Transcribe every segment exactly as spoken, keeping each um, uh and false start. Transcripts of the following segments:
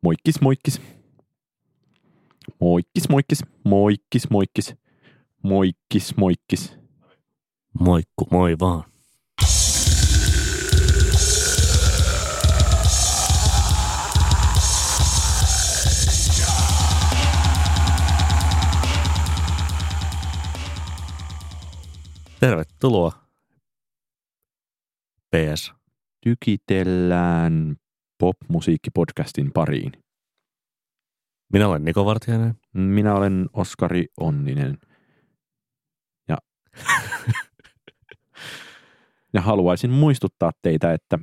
Moikkis, moikkis. Moikkis, moikkis. Moikkis, moikkis. Moikkis, moikkis. Moikku, moi vaan. Tervetuloa. P S. Tykitellään pop-musiikkipodcastin pariin. Minä olen Niko Vartiainen. Minä olen Oskari Onninen. Ja, ja haluaisin muistuttaa teitä, että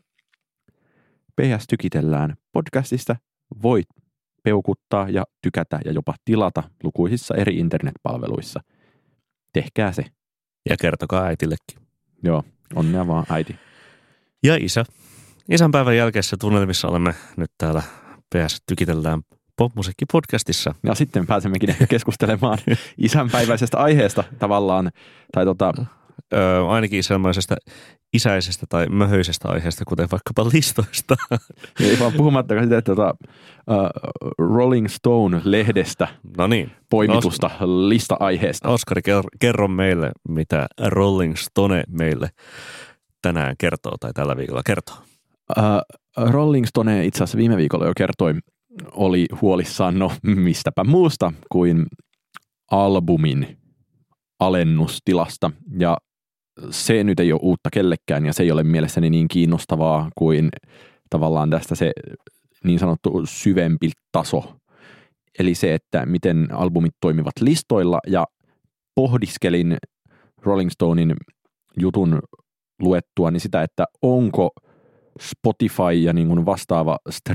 P S Tykitellään podcastista voit peukuttaa ja tykätä ja jopa tilata lukuisissa eri internetpalveluissa. Tehkää se. Ja kertokaa äitillekin. Joo, onnea vaan äiti. Ja isä. Isänpäivän jälkeisessä tunnelmissa olemme nyt täällä P S Tykitellään popmusiikkipodcastissa. Ja sitten pääsemmekin ehkä keskustelemaan isänpäiväisestä aiheesta tavallaan, tai tota... Öö, ainakin sellaisesta isäisestä tai möhöisestä aiheesta, kuten vaikkapa listoista. Ei vaan puhumattakaan sitä, että tota, uh, Rolling Stone-lehdestä no niin. poimitusta Os- lista-aiheesta. Oskari, kerro meille, mitä Rolling Stone meille tänään kertoo tai tällä viikolla kertoo. Uh, Rolling Stone itse asiassa viime viikolla jo kertoi, oli huolissaan, no mistäpä muusta kuin albumin alennustilasta. Ja se nyt ei ole uutta kellekään ja se ei ole mielestäni niin kiinnostavaa kuin tavallaan tästä se niin sanottu syvempi taso. Eli se, että miten albumit toimivat listoilla ja pohdiskelin Rolling Stonein jutun luettua niin sitä, että onko Spotify ja niin kuin vastaava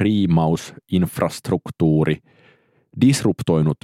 striimausinfrastruktuuri disruptoinut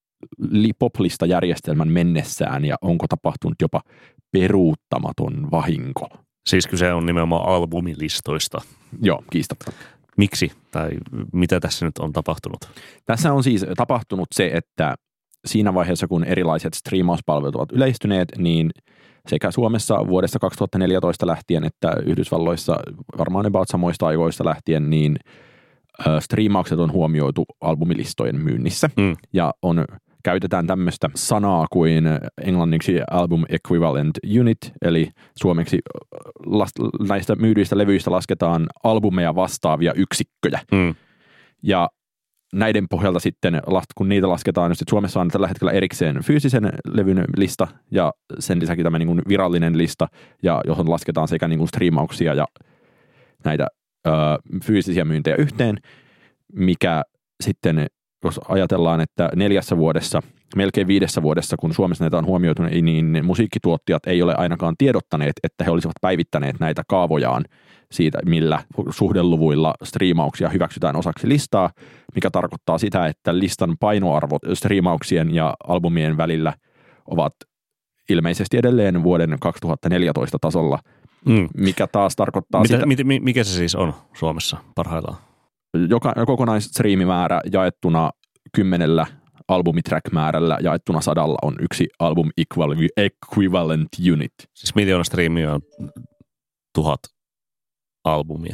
poplistajärjestelmän mennessään ja onko tapahtunut jopa peruuttamaton vahinko. Siis kyse on nimenomaan albumilistoista. Joo, kiistatta. Miksi tai mitä tässä nyt on tapahtunut? Tässä on siis tapahtunut se, että siinä vaiheessa kun erilaiset striimauspalvelut ovat yleistyneet, niin sekä Suomessa vuodesta kaksituhattaneljätoista lähtien että Yhdysvalloissa varmaan about samoista ajoista lähtien, niin striimaukset on huomioitu albumilistojen myynnissä mm. ja on käytetään tämmöistä sanaa kuin englanniksi album equivalent unit, eli suomeksi las- näistä myydyistä levyistä lasketaan albumeja vastaavia yksikköjä. Mm. Ja näiden pohjalta sitten, kun niitä lasketaan, niin Suomessa on tällä hetkellä erikseen fyysisen levyn lista ja sen lisäksi tämä niin kuin virallinen lista, ja johon lasketaan sekä niin kuin striimauksia ja näitä ö, fyysisiä myyntejä yhteen, mikä sitten jos ajatellaan, että neljässä vuodessa, melkein viidessä vuodessa, kun Suomessa näitä on huomioitu, niin musiikkituottajat ei ole ainakaan tiedottaneet, että he olisivat päivittäneet näitä kaavojaan siitä, millä suhdeluvuilla striimauksia hyväksytään osaksi listaa, mikä tarkoittaa sitä, että listan painoarvot striimauksien ja albumien välillä ovat ilmeisesti edelleen vuoden kaksituhattaneljätoista tasolla, mm. mikä taas tarkoittaa Mitä, sitä... mit, mikä se siis on Suomessa parhaillaan? Joka, kokonaisstriimimäärä jaettuna kymmenellä albumitrack-määrällä jaettuna sadalla on yksi album equivalent unit. Siis miljoona striimiä on tuhat albumia.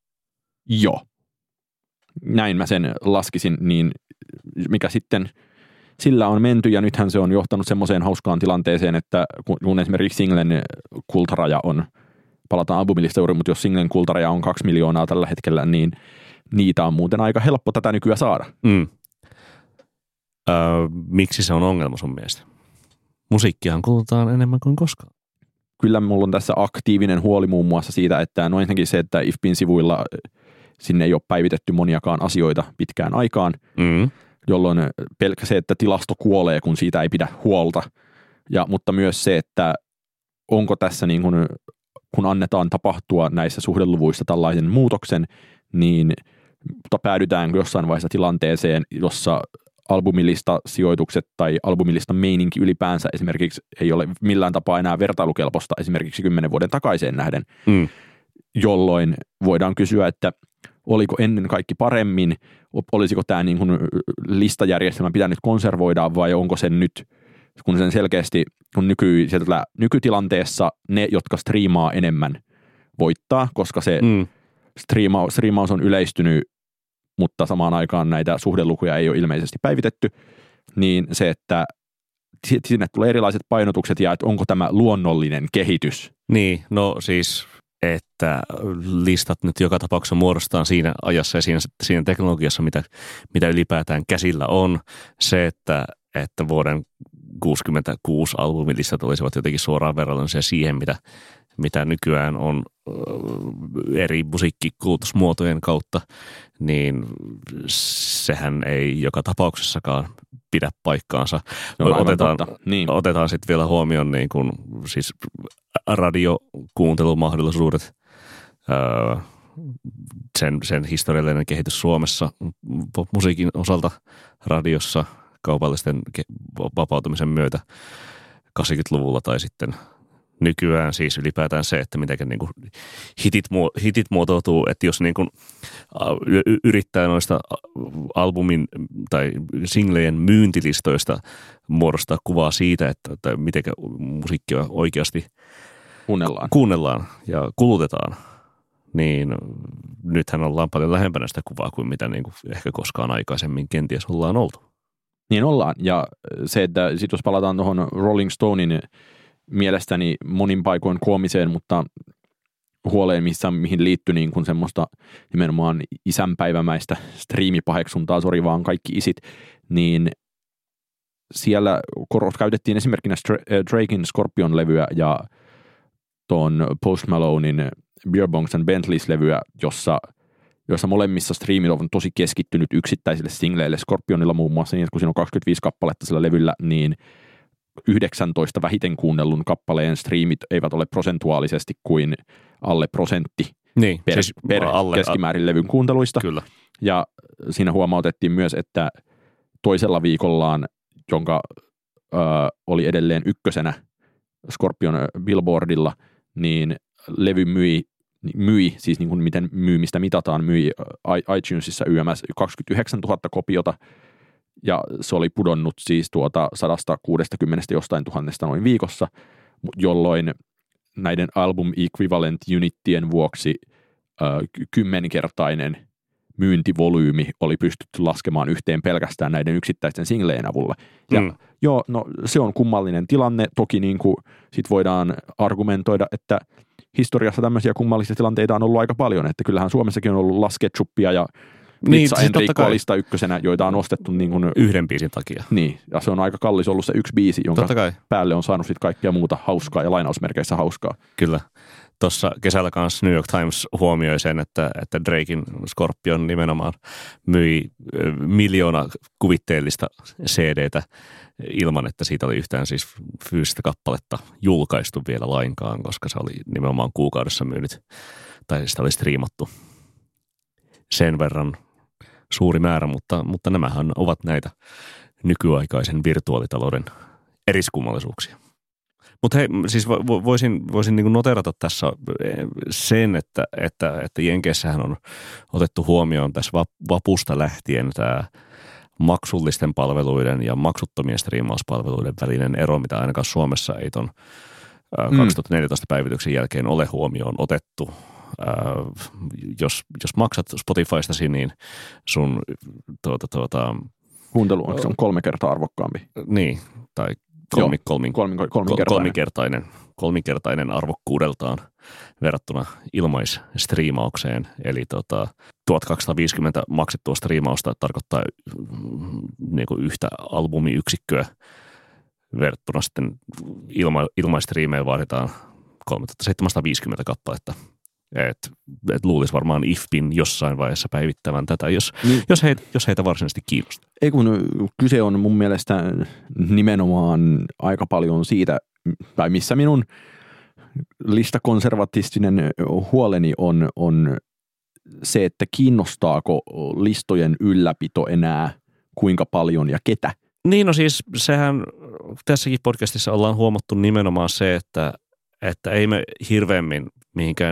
Joo. Näin mä sen laskisin, niin mikä sitten sillä on menty ja nythän se on johtanut semmoiseen hauskaan tilanteeseen, että kun esimerkiksi singlen kultaraja on, palataan albumilistauriin, mutta jos singlen kultaraja on kaksi miljoonaa tällä hetkellä, niin niitä on muuten aika helppo tätä nykyään saada. Mm. Öö, miksi se on ongelma sun mielestä? Musiikkiahan kulutaan enemmän kuin koskaan. Kyllä mulla on tässä aktiivinen huoli muun muassa siitä, että no ensinnäkin se, että I F P in sivuilla sinne ei ole päivitetty moniakaan asioita pitkään aikaan, mm. jolloin pelkkä se, että tilasto kuolee, kun siitä ei pidä huolta. Ja, mutta myös se, että onko tässä niin kuin, kun annetaan tapahtua näissä suhdeluvuissa tällaisen muutoksen, niin päädytään jossain vaiheessa tilanteeseen, jossa albumilista sijoitukset tai albumilista meininki ylipäänsä esimerkiksi ei ole millään tapaa enää vertailukelpoista esimerkiksi kymmenen vuoden takaiseen nähden, mm. jolloin voidaan kysyä, että oliko ennen kaikki paremmin, olisiko tämä niin kuin listajärjestelmä pitänyt konservoida vai onko sen nyt, kun sen selkeästi, kun nyky, nykytilanteessa ne, jotka striimaa enemmän, voittaa, koska se mm. striimaus, striimaus on yleistynyt mutta samaan aikaan näitä suhdelukuja ei ole ilmeisesti päivitetty, niin se, että sinne tulee erilaiset painotukset ja että onko tämä luonnollinen kehitys. Niin, no siis, että listat nyt joka tapauksessa muodostaan siinä ajassa ja siinä, siinä teknologiassa, mitä, mitä ylipäätään käsillä on. Se, että, että vuoden kuusikymmentäkuusi albumilistat olisivat jotenkin suoraan verrallisia siihen, mitä, mitä nykyään on eri musiikkikulutusmuotojen kautta, niin sehän ei joka tapauksessakaan pidä paikkaansa. No, otetaan niin. otetaan sitten vielä huomioon niin kun, siis radiokuuntelumahdollisuudet, öö, sen, sen historiallinen kehitys Suomessa musiikin osalta radiossa kaupallisten vapautumisen myötä kahdeksankymmentäluvulla tai sitten nykyään siis ylipäätään se, että miten niin kuin hitit, hitit muotoutuu, että jos niin kuin yrittää noista albumin tai singlejen myyntilistoista muodostaa kuvaa siitä, että, että miten musiikkia oikeasti kuunnellaan. kuunnellaan ja kulutetaan, niin nythän ollaan paljon lähempänä sitä kuvaa kuin mitä niin kuin ehkä koskaan aikaisemmin kenties ollaan oltu. Niin ollaan, ja se, että sit jos palataan tuohon Rolling Stonein mielestäni monin paikoin koomiseen, mutta huoleen, missä, mihin liittyi niin kuin semmoista nimenomaan isänpäivämäistä striimipaheksuntaa, sori vaan kaikki isit, niin siellä käytettiin esimerkkinä Draken Scorpion-levyä ja tuon Post Malonein Beerbongs and Bentleys-levyä, jossa, jossa molemmissa striimit on tosi keskittynyt yksittäisille singleille. Scorpionilla muun muassa niin, että kun siinä on kaksikymmentäviisi kappaletta sillä levyllä, niin yhdeksäntoista vähiten kuunnellun kappaleen striimit eivät ole prosentuaalisesti kuin alle prosentti niin, per, siis per alle, keskimäärin levyn kuunteluista. Kyllä. Ja siinä huomautettiin myös, että toisella viikollaan, jonka ö, oli edelleen ykkösenä Scorpion Billboardilla, niin levy myi, myi siis niin kuin miten myymistä mitataan, myi iTunesissa Y M S kaksikymmentäyhdeksäntuhatta kopiota, ja se oli pudonnut siis tuota sata kuusikymmentä jostain tuhannesta noin viikossa, jolloin näiden album equivalent unittien vuoksi ö, kymmenkertainen myyntivolyymi oli pystytty laskemaan yhteen pelkästään näiden yksittäisten singleen avulla. Ja mm. joo, no se on kummallinen tilanne. Toki niin kuin sit voidaan argumentoida, että historiassa tämmöisiä kummallisia tilanteita on ollut aika paljon, että kyllähän Suomessakin on ollut Las Ketchupia ja Pizza niin, Enrico lista ykkösenä, joita on ostettu niin kuin yhden biisin takia. Niin, ja se on aika kallis ollut se yksi biisi, jonka päälle on saanut sitten kaikkea muuta hauskaa ja lainausmerkeissä hauskaa. Kyllä. Tuossa kesällä kanssa New York Times huomioi sen, että, että Draken Scorpion nimenomaan myi miljoona kuvitteellista C D:tä ilman, että siitä oli yhtään siis fyysistä kappaletta julkaistu vielä lainkaan, koska se oli nimenomaan kuukaudessa myynyt, tai sitä oli striimattu sen verran suuri määrä, mutta, mutta nämähän ovat näitä nykyaikaisen virtuaalitalouden eriskummallisuuksia. Mutta hei, siis voisin, voisin niin kuin noterata tässä sen, että, että, että Jenkeissähän on otettu huomioon tässä vapusta lähtien tämä maksullisten palveluiden ja maksuttomien striimauspalveluiden välinen ero, mitä ainakaan Suomessa ei ton kaksituhattaneljätoista päivityksen jälkeen ole huomioon otettu. Äh, jos, jos maksat Spotifystasi, niin sun tuota, tuota, kuuntelu on kolme kertaa arvokkaampi. Niin, tai kolmi, Joo, kolmi, kolmi, kolmikertainen. kolmikertainen, kolmikertainen arvokkuudeltaan verrattuna ilmaisstriimaukseen. Eli tota, tuhatkaksisataaviisikymmentä maksettua striimausta tarkoittaa niin kuin yhtä albumiyksikköä verrattuna sitten ilma, ilmaistriimeen vaaditaan kolmetuhattaseitsemänsataaviisikymmentä kappaletta. Et, et luulisi varmaan I F Pin jossain vaiheessa päivittävän tätä, jos, niin. jos, heitä, jos heitä varsinaisesti kiinnostaa. Ei kun kyse on mun mielestä nimenomaan aika paljon siitä, tai missä minun listakonservatistinen huoleni on, on se, että kiinnostaako listojen ylläpito enää kuinka paljon ja ketä. Niin no siis sehän tässäkin podcastissa ollaan huomattu nimenomaan se, että, että ei me hirveämmin mihinkään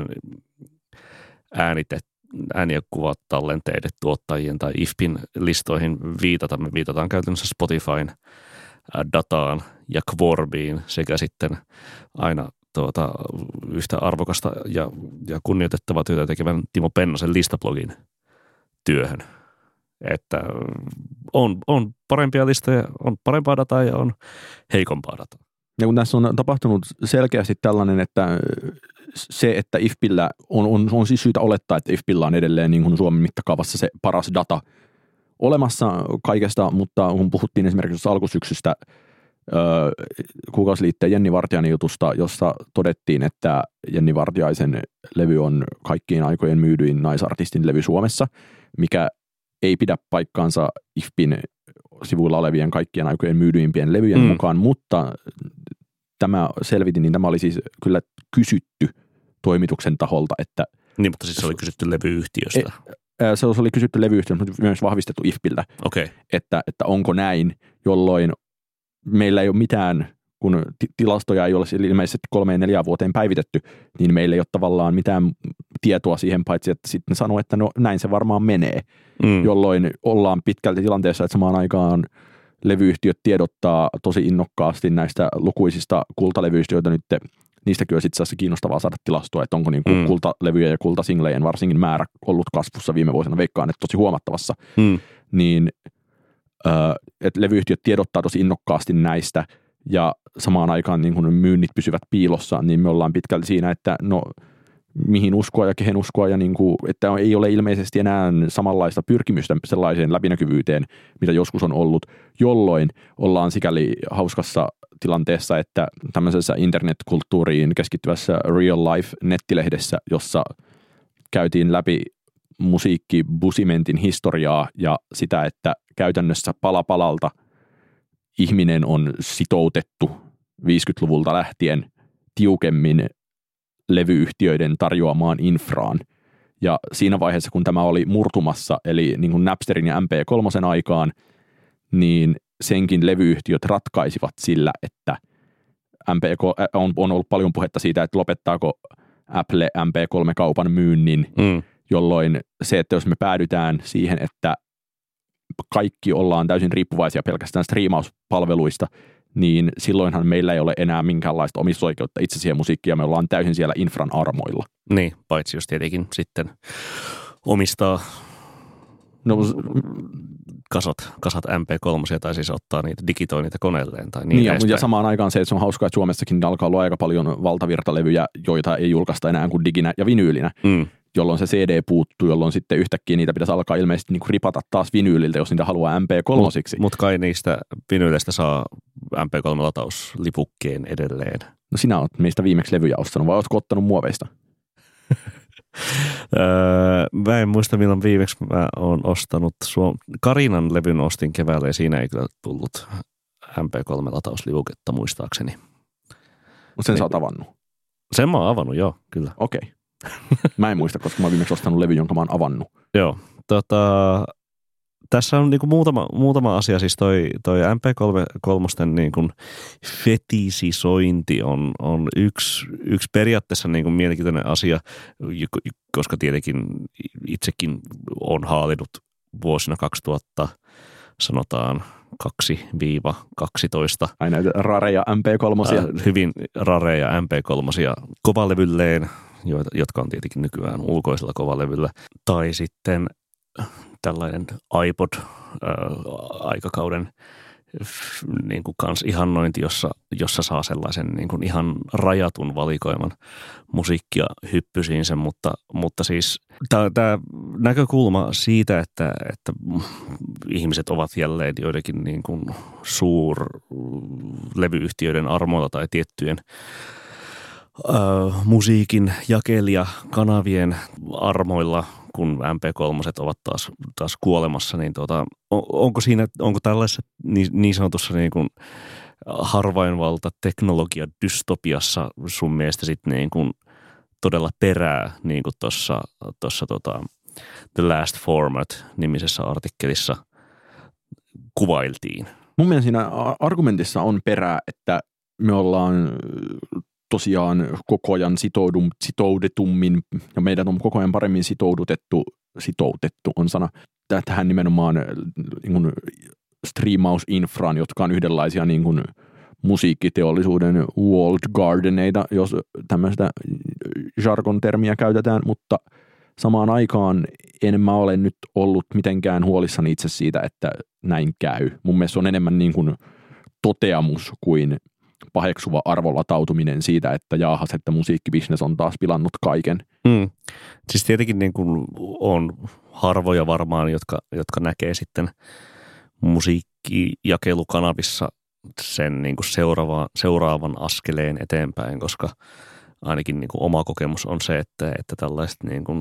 äänitet, ääni- ja kuvatallenteiden tuottajien tai I F Pin listoihin viitata. Me viitataan käytännössä Spotifyn dataan ja Quorbiin sekä sitten aina tuota, yhtä arvokasta ja, ja kunnioitettavaa työtä tekevän Timo Pennasen listablogin työhön. Että on, on parempia listoja, on parempaa dataa ja on heikompaa dataa. Ja kun tässä on tapahtunut selkeästi tällainen, että se, että I F Pillä on, on, on siis syytä olettaa, että I F Pillä on edelleen niin kuin Suomen mittakaavassa se paras data olemassa kaikesta, mutta kun puhuttiin esimerkiksi alkusyksystä kuukausiliitteen Jenni Vartiainen jutusta, jossa todettiin, että Jenni Vartiaisen levy on kaikkien aikojen myydyin naisartistin levy Suomessa, mikä ei pidä paikkaansa I F Pin sivuilla olevien kaikkien aikojen myydyimpien levyjen mm. mukaan, mutta tämä selvitin, niin tämä oli siis kyllä kysytty toimituksen taholta, että... Niin, mutta siis se oli kysytty levyyhtiöstä. Se oli kysytty levyyhtiöstä, mutta myös vahvistettu I F Piltä, okay. että, että onko näin, jolloin meillä ei ole mitään, kun tilastoja ei ole ilmeisesti kolmeen neljään vuoteen päivitetty, niin meillä ei ole tavallaan mitään tietoa siihen, paitsi että sitten sanoo, että no näin se varmaan menee, mm. jolloin ollaan pitkälti tilanteessa, että samaan aikaan levyyhtiöt tiedottaa tosi innokkaasti näistä lukuisista kultalevyistä, joita nyt niistäkin olisi itse asiassa kiinnostavaa saada tilastoa, että onko niin kuin mm. kultalevyjä ja kultasinglejen varsinkin määrä ollut kasvussa viime vuosina, veikkaan, että tosi huomattavassa, mm. niin että levyyhtiöt tiedottaa tosi innokkaasti näistä ja samaan aikaan niin kun myynnit pysyvät piilossa, niin me ollaan pitkälti siinä, että no mihin uskoa ja kehen uskoa ja niin kuin, että ei ole ilmeisesti enää samanlaista pyrkimystä sellaiseen läpinäkyvyyteen, mitä joskus on ollut, jolloin ollaan sikäli hauskassa tilanteessa, että tämmöisessä internetkulttuuriin keskittyvässä Real Life-nettilehdessä, jossa käytiin läpi musiikkibusimentin historiaa ja sitä, että käytännössä pala palalta ihminen on sitoutettu viisikymmentäluvulta lähtien tiukemmin levyyhtiöiden tarjoamaan infraan. Ja siinä vaiheessa, kun tämä oli murtumassa, eli niin kuin Napsterin ja M P kolme aikaan, niin senkin levyyhtiöt ratkaisivat sillä, että M P on, on ollut paljon puhetta siitä, että lopettaako Apple M P kolme-kaupan myynnin, mm. jolloin se, että jos me päädytään siihen, että kaikki ollaan täysin riippuvaisia pelkästään striimauspalveluista, niin silloinhan meillä ei ole enää minkäänlaista omistusoikeutta itse siihen musiikkiin, ja me ollaan täysin siellä infran armoilla. Niin, paitsi jos tietenkin sitten omistaa no, kasat, kasat M P kolme tai siis ottaa niitä, digitoi niitä koneelleen. Tai niin, niin ja, ja samaan aikaan se, että se on hauskaa, että Suomessakin alkaa olla aika paljon valtavirtalevyjä, joita ei julkaista enää kuin diginä ja vinyylinä. Mm. Jolloin se C D puuttuu, jolloin sitten yhtäkkiä niitä pitäisi alkaa ilmeisesti niin kuin ripata taas vinyyliltä, jos niitä haluaa M P kolme. Mutta mut kai niistä vinyyleistä saa M P kolme-latauslipukkeen edelleen. No sinä olet meistä viimeksi levyjä ostanut, vai oletko ottanut muoveista? Mä en muista, milloin viimeksi mä oon ostanut. Karinan levyn ostin keväällä ja siinä ei kyllä tullut M P kolme-latauslivuketta muistaakseni. Mutta sen niin, sä oot avannut? Sen mä oon avannut, joo, kyllä. Okei. Okay. Mä en muista, koska mä oon viimeksi ostanut levy, jonka mä oon avannut. Joo, tota, tässä on niinku muutama, muutama asia, siis toi, toi M P kolme niinku fetisisointi on, on yksi, yksi periaatteessa niinku mielenkiintoinen asia, koska tietenkin itsekin on haalinut vuosina kaksituhatta, sanotaan kaksi kaksitoista. Ai näitä rareja M P kolme. Äh, hyvin rareja M P kolme kovalevylleen, jotka on tietenkin nykyään ulkoisella kovalevyllä. Tai sitten tällainen iPod-aikakauden niin kuin kans ihannointi, jossa, jossa saa sellaisen niin kuin ihan rajatun valikoiman musiikkia hyppysiinsä, mutta, mutta siis tämä näkökulma siitä, että, että ihmiset ovat jälleen joidenkin niin kuin suurlevyyhtiöiden armoilla tai tiettyjen Uh, musiikin jakelija kanavien armoilla, kun M P kolme ovat taas, taas kuolemassa, niin tuota, on, onko siinä, onko tällaisessa niin, niin sanotussa niin kuin harvainvalta teknologia dystopiassa sun mielestä sitten niin kuin todella perää, niin kuin tuossa tuossa tota The Last Format-nimisessä artikkelissa kuvailtiin? Mun mielestä siinä argumentissa on perää, että me ollaan tosiaan koko ajan sitoudum, sitoudetummin ja meidän on koko ajan paremmin sitoudutettu, sitoutettu on sana, tähän nimenomaan niin kuin striimausinfraan, jotka on yhdenlaisia niin kuin musiikkiteollisuuden walled gardeneita, jos tämmöistä jargon-termiä käytetään, mutta samaan aikaan en mä ole nyt ollut mitenkään huolissani itse siitä, että näin käy. Mun mielestä on enemmän niin kuin toteamus kuin paheksuva arvolatautuminen siitä, että jaahas, että musiikkibisnes on taas pilannut kaiken. Mm. Siis tietenkin niin kuin on harvoja varmaan, jotka, jotka näkee sitten musiikkijakelukanavissa sen niin kuin seuraava, seuraavan askeleen eteenpäin, koska ainakin niin kuin oma kokemus on se, että, että tällaiset niin kuin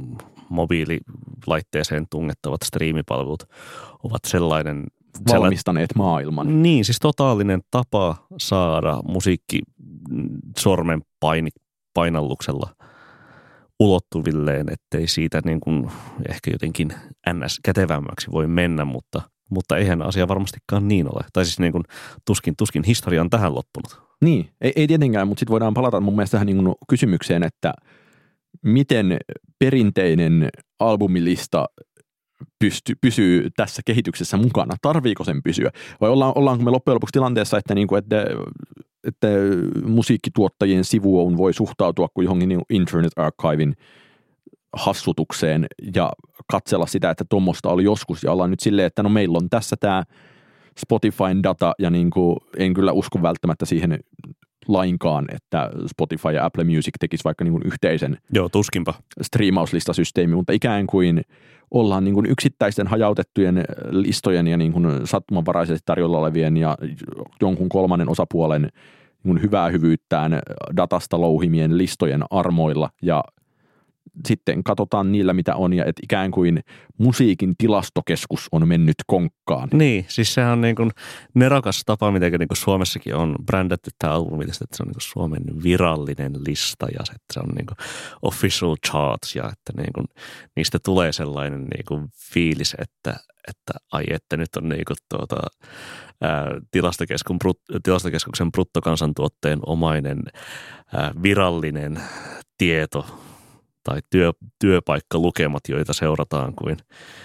mobiililaitteeseen tungettavat striimipalvelut ovat sellainen valmistaneet maailman. Niin, siis totaalinen tapa saada musiikki sormen paini, painalluksella ulottuvilleen, ettei siitä niin kuin ehkä jotenkin ns. Kätevämmäksi voi mennä, mutta, mutta eihän asia varmastikaan niin ole. Tai siis niin kuin tuskin, tuskin historia on tähän loppunut. Niin, ei, ei tietenkään, mutta sitten voidaan palata mun mielestä tähän niin kuin kysymykseen, että miten perinteinen albumilista Pysty, pysyy tässä kehityksessä mukana? Tarviiko sen pysyä? Vai ollaan, ollaanko me loppujen lopuksi tilanteessa, että, niin kuin, että, että musiikkituottajien sivuun voi suhtautua kuin johonkin niin kuin Internet Archivein hassutukseen ja katsella sitä, että tuommoista oli joskus ja ollaan nyt silleen, että no meillä on tässä tämä Spotifyn data ja niin kuin, en kyllä usko välttämättä siihen lainkaan, että Spotify ja Apple Music tekisi vaikka niin kuin yhteisen Joo, tuskinpa. striimauslistasysteemi, mutta ikään kuin ollaan niin kuin yksittäisten hajautettujen listojen ja niin kuin sattumanvaraisesti tarjolla olevien ja jonkun kolmannen osapuolen niin kuin hyvää hyvyyttään datasta louhimien listojen armoilla ja sitten katsotaan niillä, mitä on, ja että ikään kuin musiikin tilastokeskus on mennyt konkkaan. Niin, siis sehän on niin kuin nerokas tapa, miten niin kuin Suomessakin on brändätty tämä albumi, että se on niin kuin Suomen virallinen lista, ja että se on niin kuin official charts, ja että niin kuin niistä tulee sellainen niin kuin fiilis, että, että ai, että nyt on niin kuin tuota, ää, tilastokeskuksen, brut, tilastokeskuksen bruttokansantuotteen omainen ää, virallinen tieto, tai työ, työpaikkalukemat, joita seurataan kuin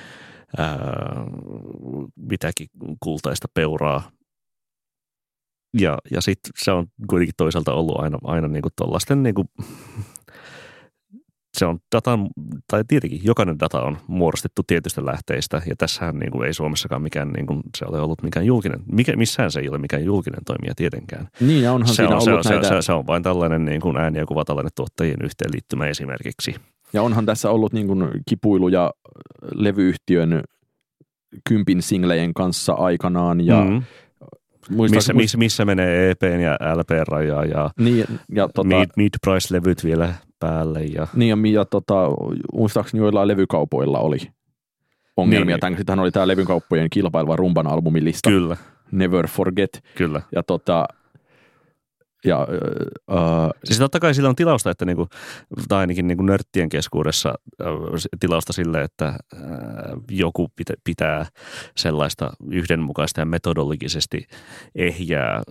ää, mitäkin kultaista peuraa. Ja, ja sitten se on kuitenkin toisaalta ollut aina, aina niin kuin tuollaisten, niin kuin, se on datan, tai tietenkin jokainen data on muodostettu tietystä lähteistä, ja tässähän niin kuin ei Suomessakaan mikään, niin kuin, se ole ollut mikään julkinen, mikä, missään se ei ole mikään julkinen toimija tietenkään. Niin, ja onhan se siinä on, ollut se, näitä... se, se on vain tällainen niin kuin ääni- ja kuvatallenne-tuottajien yhteenliittymä esimerkiksi. Ja onhan tässä ollut niin kuin kipuiluja levyyhtiön kympin singlejen kanssa aikanaan, ja mm. Missä, missä, missä menee E P:n ja L P-rajaa ja, niin, ja tota, mid, mid-price-levyt vielä päälle. Ja, niin ja, ja tota, muistaakseni joillain levykaupoilla oli ongelmia. Niin. Sitähän oli tämä levykauppojen kilpaileva rumban albumilista. Kyllä. Never Forget. Kyllä. Ja tota... Ja, uh, siis totta kai sillä on tilausta, että niinku, tai ainakin niinku nörttien keskuudessa tilausta sille, että äh, joku pitä, pitää sellaista yhdenmukaista ja metodologisesti ehjää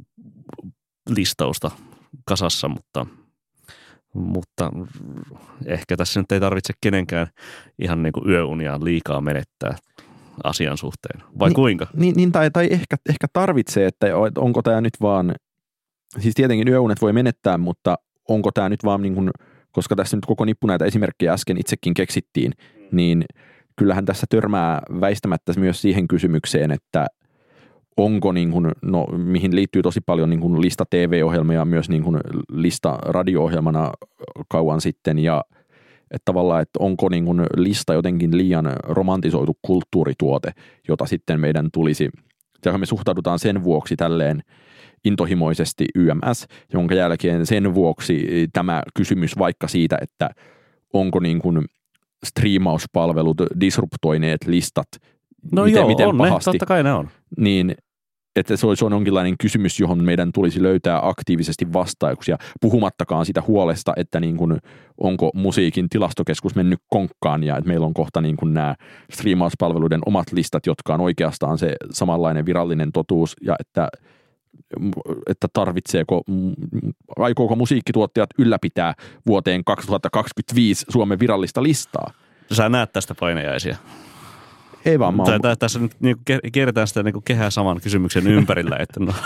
listausta kasassa, mutta, mutta ehkä tässä nyt ei tarvitse kenenkään ihan niinku yöuniaan liikaa menettää asian suhteen. Vai niin, kuinka? Niin, niin tai, tai ehkä, ehkä tarvitsee, että onko tämä nyt vaan... Siis tietenkin yöunet voi menettää, mutta onko tämä nyt vaan niin kuin, koska tässä nyt koko nippu näitä esimerkkejä äsken itsekin keksittiin, niin kyllähän tässä törmää väistämättä myös siihen kysymykseen, että onko niin kuin, no mihin liittyy tosi paljon niin kuin lista T V-ohjelmia ja myös niin kuin lista radio-ohjelmana kauan sitten ja että tavallaan, että onko niin kuin lista jotenkin liian romantisoitu kulttuurituote, jota sitten meidän tulisi, ja me suhtaudutaan sen vuoksi tälleen intohimoisesti Y M S, jonka jälkeen sen vuoksi tämä kysymys vaikka siitä, että onko niin kuin striimauspalvelut disruptoineet listat, no miten, joo, miten on pahasti, ne, totta kai ne on. Niin että se on jonkinlainen kysymys, johon meidän tulisi löytää aktiivisesti vastauksia, puhumattakaan sitä huolesta, että niin kuin, onko musiikin tilastokeskus mennyt konkkaan ja että meillä on kohta niin kuin nämä striimauspalveluiden omat listat, jotka on oikeastaan se samanlainen virallinen totuus ja että että tarvitseeko, aikooko musiikkituottajat ylläpitää vuoteen kaksituhattakaksikymmentäviisi Suomen virallista listaa? Sä näet tästä painajaisia. Ei vaan mä oon... Tässä nyt niin kierretään sitä niin kehää saman kysymyksen ympärillä, että no,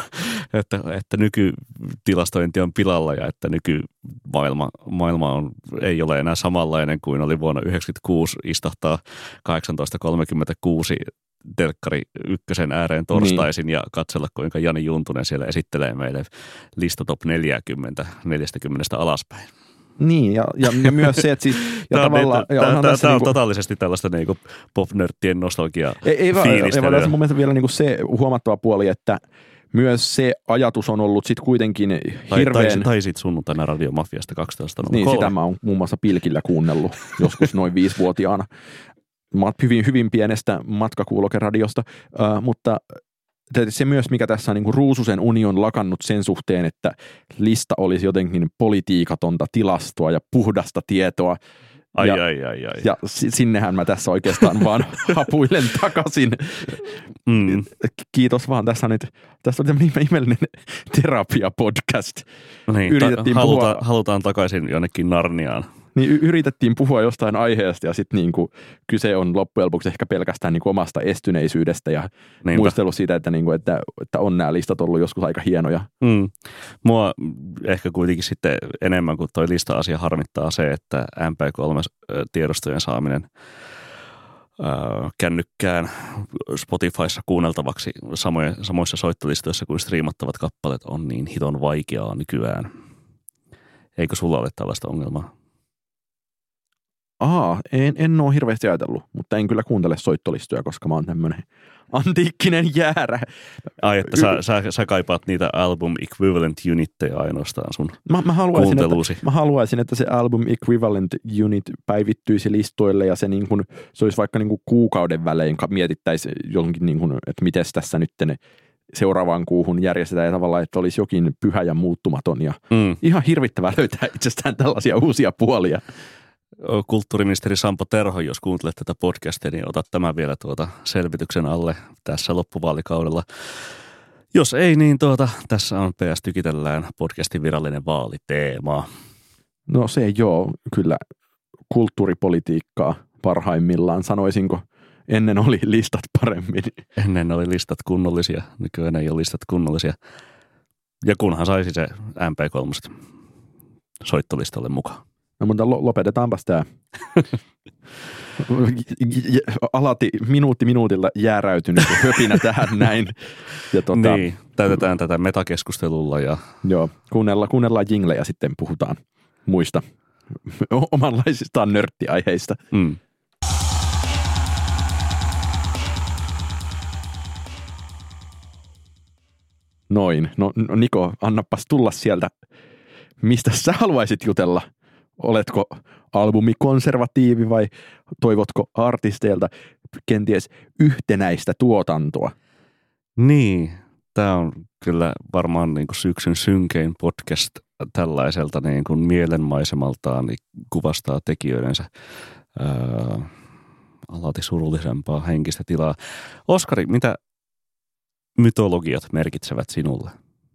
että, että nykytilastointi on pilalla ja että nykymaailma maailma on, ei ole enää samanlainen kuin oli vuonna yhdeksänkymmentäkuusi istahtaa kahdeksantoista kolmekymmentäkuusi telkkari ykkösen ääreen torstaisin niin. Ja katsella, kuinka Jani Juntunen siellä esittelee meille lista top neljäkymmentä, neljäkymmentä alaspäin. Niin, ja, ja, ja myös se, että siis... Ja tämä on, ja tämä, tämä, tämä on niinku, totaalisesti tällaista niinku pop-nörttien nostalgia ei, ei vaan, ei vaan tässä mun mielestä vielä niinku se huomattava puoli, että myös se ajatus on ollut sitten kuitenkin hirveän... Tai, tai, tai sitten sunnuntaina Radiomafiasta kaksitoista nolla kolme. Niin, sitä mä oon muun muassa pilkillä kuunnellut joskus noin viisivuotiaana. Mä oon hyvin, hyvin pienestä matkakuulokeradiosta, uh, mutta... Se myös, mikä tässä on niin kuin Ruususen uni on lakannut sen suhteen, että lista olisi jotenkin politiikatonta tilastoa ja puhdasta tietoa. Ai, ja, ai, ai, ai. ja sinnehän mä tässä oikeastaan vaan hapuilen takaisin. Mm. Kiitos vaan. Tässä, nyt, tässä on tämmöinen ihmeellinen terapia-podcast. Niin, Yritettiin ta- haluta, puhua, halutaan takaisin jonnekin Narniaan. Niin yritettiin puhua jostain aiheesta ja sitten niinku kyse on loppujen lopuksi ehkä pelkästään niinku omasta estyneisyydestä ja Niinpä. muistelu siitä, että, niinku, että, että on nämä listat ollut joskus aika hienoja. Mm. Mua ehkä kuitenkin sitten enemmän kuin toi lista-asia harmittaa se, että M P kolme-tiedostojen saaminen ää, kännykkään Spotifyssa kuunneltavaksi samoja, samoissa soittolistoissa kuin striimattavat kappaleet on niin hiton vaikeaa nykyään. Eikö sulla ole tällaista ongelmaa? Aa, en, en ole hirveästi ajatellut, mutta en kyllä kuuntele soittolistoja, koska mä oon tämmönen antiikkinen jäärä. Ai, että sä, sä, sä kaipaat niitä album equivalent unitteja ainoastaan sun mä, mä haluaisin, että, mä haluaisin, että se album equivalent unit päivittyisi listoille ja se, niin kun, se olisi vaikka niin kun kuukauden välein mietittäisi jonkin, niin kun, että miten tässä nyt seuraavaan kuuhun järjestetään ja tavallaan, että olisi jokin pyhä ja muuttumaton. Ja mm. ihan hirvittävää löytää itsestään tällaisia uusia puolia. Kulttuuriministeri Sampo Terho, jos kuuntelet tätä podcastia, niin ota tämä vielä tuota selvityksen alle tässä loppuvaalikaudella. Jos ei, niin tuota, tässä on P S Tykitellään podcastin virallinen vaaliteema. No se joo, kyllä kulttuuripolitiikkaa parhaimmillaan, sanoisinko. Ennen oli listat paremmin. Ennen oli listat kunnollisia, nykyään ei ole listat kunnollisia. Ja kunhan saisi se M P kolme soittolistalle mukaan. No mutta lopetetaanpas tämä. Alati minuutti minuutilla jääräytynyt höpinä tähän näin. Ja tota, niin, täytetään tätä metakeskustelulla. Ja... Joo, kuunnellaan, kuunnellaan jinglejä sitten puhutaan muista omanlaisistaan nörttiaiheista. Mm. Noin. No Niko, annapas tulla sieltä. Mistä sä haluaisit jutella? Oletko albumikonservatiivi vai toivotko artisteilta kenties yhtenäistä tuotantoa? Niin, tämä on kyllä varmaan niin kuin syksyn synkein podcast tällaiselta niin kuin mielenmaisemaltaan niin kuvastaa tekijöidensä ää, alati surullisempaa henkistä tilaa. Oskari, mitä mytologiat merkitsevät sinulle?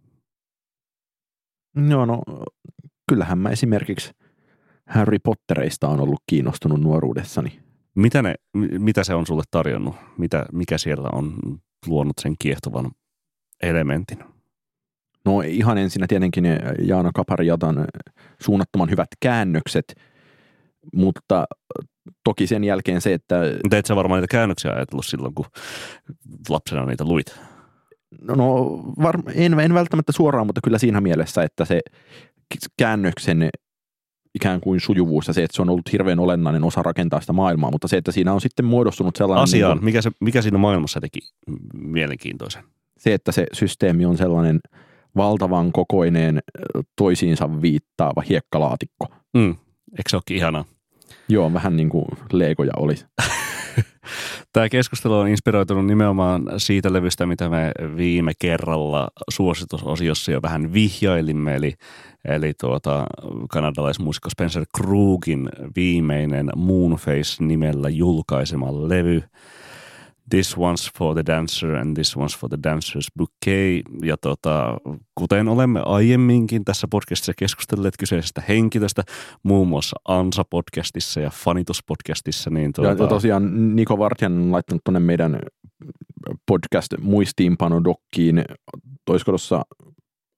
No, no kyllähän mä esimerkiksi Harry Pottereista on ollut kiinnostunut nuoruudessani. Mitä, ne, mitä se on sulle tarjonnut? Mitä, mikä siellä on luonut sen kiehtovan elementin? No ihan ensinnä tietenkin Jaana Kaparijatan suunnattoman hyvät käännökset, mutta toki sen jälkeen se, että... Mutta et sä varmaan niitä käännöksiä ajatellut silloin, kun lapsena niitä luit? No, no var, en, en välttämättä suoraan, mutta kyllä siinä mielessä, että se käännöksen ikään kuin sujuvuus ja se, että se on ollut hirveän olennainen osa rakentaa sitä maailmaa, mutta se, että siinä on sitten muodostunut sellainen... Asiaan, niin kuin, mikä, se, mikä siinä maailmassa teki mielenkiintoisen? Se, että se systeemi on sellainen valtavan kokoinen, toisiinsa viittaava hiekkalaatikko. Mm, eikö se olekin ihanaa? Joo, vähän niin kuin legoja olisi. Tämä keskustelu on inspiroitunut nimenomaan siitä levystä, mitä me viime kerralla suositusosiossa jo vähän vihjailimme, eli, eli tuota, kanadalaismuusikko Spencer Krugin viimeinen Moonface-nimellä julkaisema levy. This one's for the dancer and this one's for the dancer's bouquet. Ja tota, kuten olemme aiemminkin tässä podcastissa keskustelleet kyseisestä henkilöstä, muun muassa Ansa-podcastissa ja Fanitus-podcastissa. Niin tuota... Ja tosiaan Niko Vartijan on laittanut tuonne meidän podcast-muistiinpanodokkiin, toisiko tuossa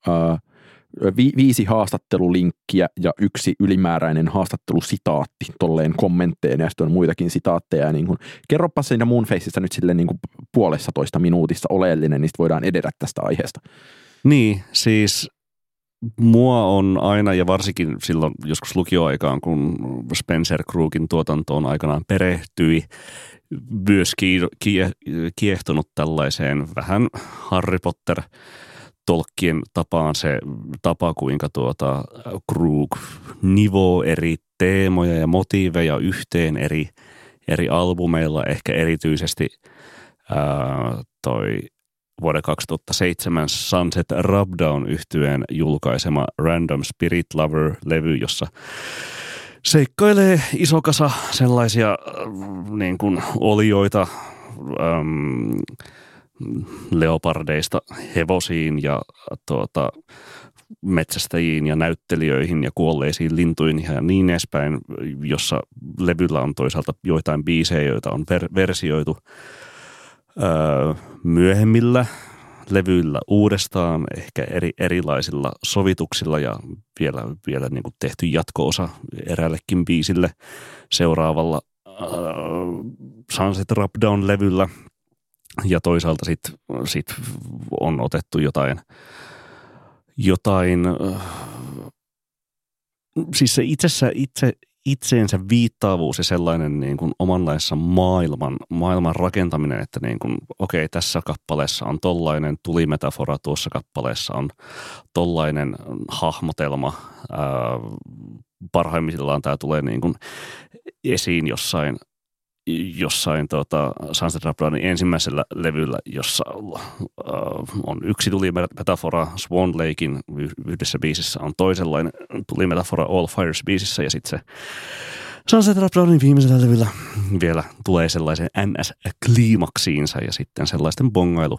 uh, vi, viisi haastattelulinkkiä ja yksi ylimääräinen haastattelusitaatti tolleen kommentteina, ja sitten on muitakin sitaatteja. Niin kun, kerropa siinä Moonfaceista nyt silleen niin kuin puolessa toista minuutissa oleellinen, niin voidaan edetä tästä aiheesta. Niin, siis mua on aina, ja varsinkin silloin joskus lukioaikaan, kun Spencer Krugin tuotantoon aikanaan perehtyi, myös kiehtonut tällaiseen vähän Harry Potter Tolkien tapaan se tapa, kuinka tuota Krug nivoo eri teemoja ja motiiveja yhteen eri, eri albumeilla, ehkä erityisesti ää, toi vuoden kaksituhattaseitsemän Sunset Rubdown -yhtyeen julkaisema Random Spirit Lover-levy, jossa seikkailee iso kasa sellaisia äh, niin kuin olioita ähm, leopardeista hevosiin ja tuota, metsästäjiin ja näyttelijöihin ja kuolleisiin lintuihin ja niin edespäin, jossa levyllä on toisaalta joitain biisejä, joita on ver- versioitu öö, myöhemmillä levyillä uudestaan, ehkä eri, erilaisilla sovituksilla ja vielä, vielä niin kuin tehty jatko-osa eräällekin biisille seuraavalla öö, Sunset Rubdown-levyllä. Ja toisaalta sitten sit on otettu jotain, jotain siis se itsessä, itse, itseensä viittaavuus ja sellainen niin kuin omanlaisessa maailman, maailman rakentaminen, että niin kuin, okei, tässä kappaleessa on tollainen tulimetafora, tuossa kappaleessa on tollainen hahmotelma. Ää, parhaimmillaan tämä tulee niin kuin esiin jossain jossain tuota, Sunset Rubdownin ensimmäisellä levyllä, jossa uh, on yksi tulimetafora, Swan Lakein yhdessä biisissä on toisenlainen tulimetafora All Fires-biisissä, ja sitten se Sunset Rubdownin viimeisellä levyllä vielä tulee sellaisen N S-kliimaksiinsa, ja sitten sellaisten bongailu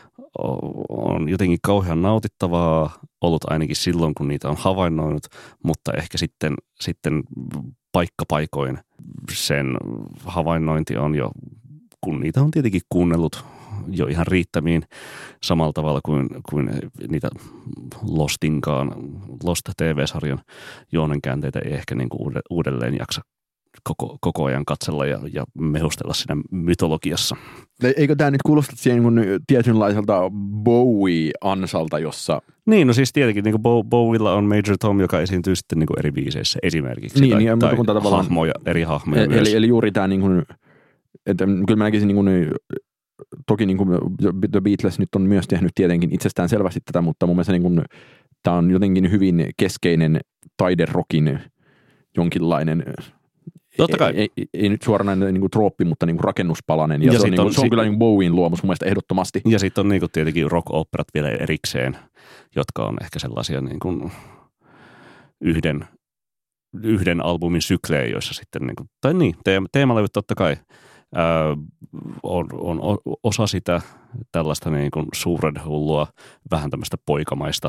on jotenkin kauhean nautittavaa ollut ainakin silloin, kun niitä on havainnoinut, mutta ehkä sitten, sitten paikkapaikoin sen havainnointi on jo, kun niitä on tietenkin kuunnellut jo ihan riittämiin samalla tavalla kuin, kuin niitä Lostinkaan, Lost-T V-sarjan juonenkäänteitä ei ehkä niin kuin uudelleen jaksa koko, koko ajan katsella ja, ja mehustella siinä mytologiassa. Eikö tämä nyt kuulosta siihen niin tietynlaiselta Bowie-ansalta, jossa... Niin, no siis tietenkin niin kuin Bowiella on Major Tom, joka esiintyy sitten niin kuin eri biiseissä esimerkiksi. Niin, tai, niin, tai mutta kun hahmoja, eri hahmoja eli, myös. Eli, eli juuri tämä, niin kuin, että kyllä mä näkisin, niin kuin, toki niin kuin The Beatles nyt on myös tehnyt tietenkin itsestään selvästi tätä, mutta mun mielestä niin kuin, tämä on jotenkin hyvin keskeinen taiderokin jonkinlainen... Totta kai. Ei, ei, ei nyt suoranainen niin kuin trooppi, mutta niin kuin rakennuspalanen. Ja, ja se on, niin kuin, on, se on si- kyllä niin Bowien luomus mun mielestä ehdottomasti. Ja sitten on niin kuin tietenkin rock-operat vielä erikseen, jotka on ehkä sellaisia niin kuin yhden, yhden albumin syklejä, joissa sitten, niin kuin, tai niin, teema, teemalevyt totta kai ää, on, on osa sitä tällaista niin kuin suurenhullua, vähän tämmöistä poikamaista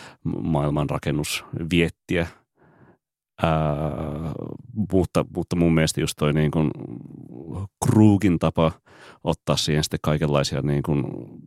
maailmanrakennusviettiä. Ää, mutta, mutta mun mielestä just toi niin kuin Krugin tapa ottaa siihen sitten kaikenlaisia niin kuin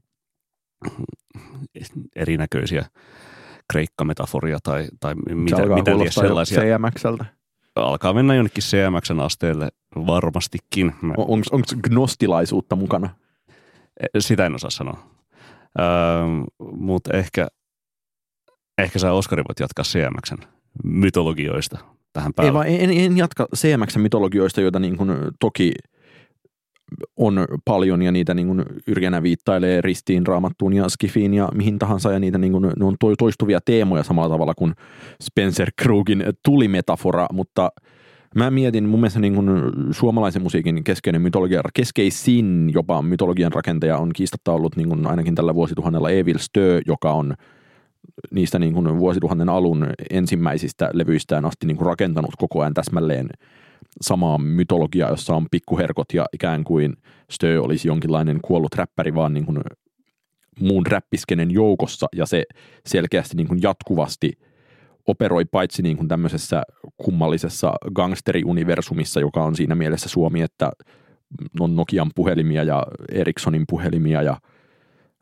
erinäköisiä kreikkametaforia tai, tai mitä, mitä liian sellaisia. C M X:ltä. Alkaa mennä jonnekin C M X:n asteelle varmastikin. On, onko gnostilaisuutta mukana? Sitä en osaa sanoa. Ää, mutta ehkä, ehkä sä Oskari voit jatkaa C M X:n mytologioista tähän päälle. Ei vaan, en, en jatka C M X:n mytologioista, joita niin kuin toki on paljon ja niitä niin kuin Yrjänä viittailee ristiin, raamattuun ja skifiin ja mihin tahansa ja niitä niin kuin, ne on toistuvia teemoja samalla tavalla kuin Spencer Krugin tulimetafora, mutta mä mietin mun mielestä niin kuin suomalaisen musiikin keskeinen mytologia, keskeisin jopa mytologian rakentaja on kiistatta ollut niin kuin ainakin tällä vuosituhannella Evil Stö, joka on niistä niin kuin vuosituhannen alun ensimmäisistä levyistään asti niin kuin rakentanut koko ajan täsmälleen samaa mytologiaa, jossa on pikkuherkot ja ikään kuin Stö olisi jonkinlainen kuollut räppäri vaan niin kuin muun räppiskenen joukossa ja se selkeästi niin kuin jatkuvasti operoi paitsi niin kuin tämmöisessä kummallisessa gangsteriuniversumissa, joka on siinä mielessä Suomi, että on Nokian puhelimia ja Ericssonin puhelimia ja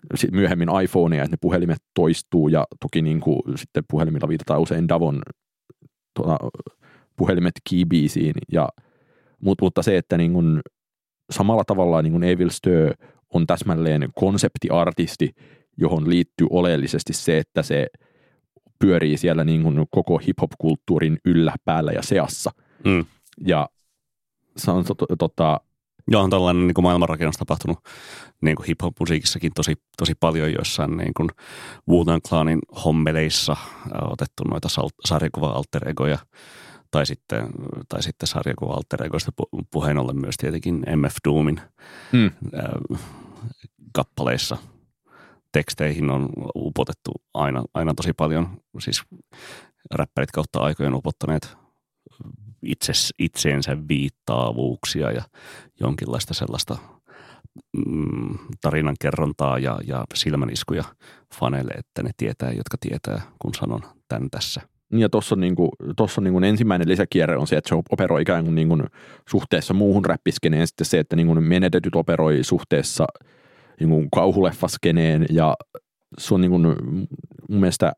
myöhemmin iPhoneja, että ne puhelimet toistuu ja toki niin kuin sitten puhelimilla viitataan usein Davon tuota, puhelimet Keybeesiin, ja mutta, mutta se, että niin kuin samalla tavalla niin kuin Evil Stö on täsmälleen konseptiartisti, johon liittyy oleellisesti se, että se pyörii siellä niin kuin koko hip-hop-kulttuurin yllä, päällä ja seassa. Mm. Ja se on to, to, tota... Joo, on tällainen niin kuin maailmanrakennus tapahtunut niin kuin hip-hop-musiikissakin tosi, tosi paljon joissain niin kuin Wu-Tang Clanin hommeleissa otettu noita sarjakuva-alter-egoja. Tai sitten, tai sitten sarjakuva alter-egoista puheen ollen myös tietenkin M F Doomin mm. äh, kappaleissa. Teksteihin on upotettu aina, aina tosi paljon, siis räppärit kautta aikojen upottaneet itse, itseensä viittaavuuksia ja jonkinlaista sellaista mm, tarinankerrontaa ja, ja silmäniskuja faneille, että ne tietää, jotka tietää, kun sanon tän tässä. Ja tuossa on, niinku, tossa on niinku ensimmäinen lisäkierre on se, että se operoi ikään kuin niinku suhteessa muuhun räppiskeneen, sitten se, että niinku menetetyt operoi suhteessa niinku kauhuleffaskeneen, ja se on niinku, mun mielestä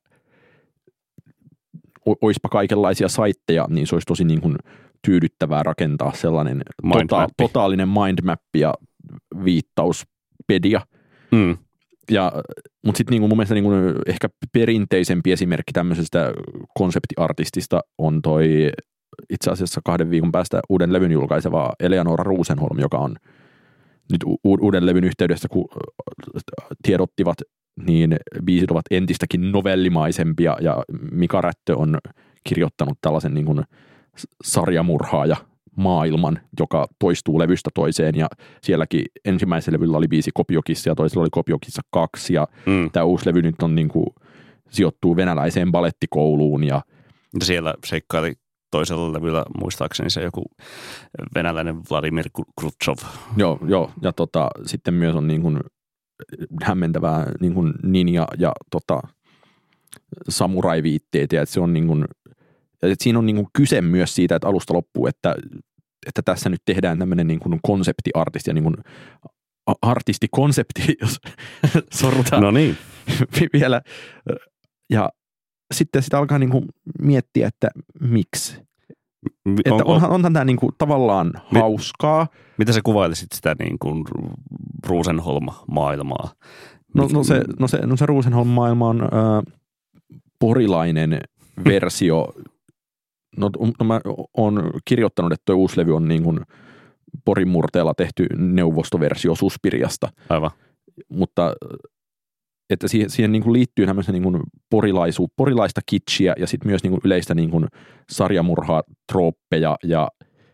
oispa kaikenlaisia saitteja, niin se olisi tosi niinku tyydyttävää rakentaa sellainen tota, totaalinen mindmappi ja viittauspedia. Mm. Ja, mutta sitten niinku mun mielestä niinku ehkä perinteisempi esimerkki tämmöisestä konseptiartistista on toi itse asiassa kahden viikon päästä uuden levyn julkaiseva Eleanora Rosenholm, joka on nyt u- uuden levyn yhteydessä, kun tiedottivat, niin biisit ovat entistäkin novellimaisempia, ja Mika Rättö on kirjoittanut tällaisen niinku sarjamurhaaja maailman, joka toistuu levystä toiseen, ja sielläkin ensimmäisellä levyllä oli biisi Kopiokissa ja toisella oli Kopiokissa kaksi, ja mm. tämä uusi levy nyt on niin kuin, sijoittuu venäläiseen balettikouluun. Ja siellä seikkaili toisella levyllä muistaakseni se joku venäläinen Vladimir Krutšov. Joo, joo, ja tota, sitten myös on niin kuin hämmentävää niin kuin ninja ja tota, samurai-viitteitä, että se on niin kuin, että siinä on niin kuin kyse myös siitä, että alusta loppuu, että, että tässä nyt tehdään tämmöinen niin kuin konseptiartisti ja niin kuin artistikonsepti, jos sorrutaan no niin. vielä. Ja sitten sitä alkaa niin kuin miettiä, että miksi. On, että onhan, onhan tämä niin kuin tavallaan mi, hauskaa. Mitä sä kuvailisit sitä niin kuin Rosenholm-maailmaa? No, no se, no se, no se Rosenholm-maailma on äh, porilainen versio. No, no mä oon kirjoittanut, että tuo uusi levy on niin kuin Porin murteella tehty neuvostoversio Suspiriasta. Aivan. Mutta että siihen, siihen niin kuin liittyy tämmöistä niin kuin porilaisu, porilaista kitschiä ja sitten myös niin kuin yleistä niin kuin sarjamurhaa, trooppeja ja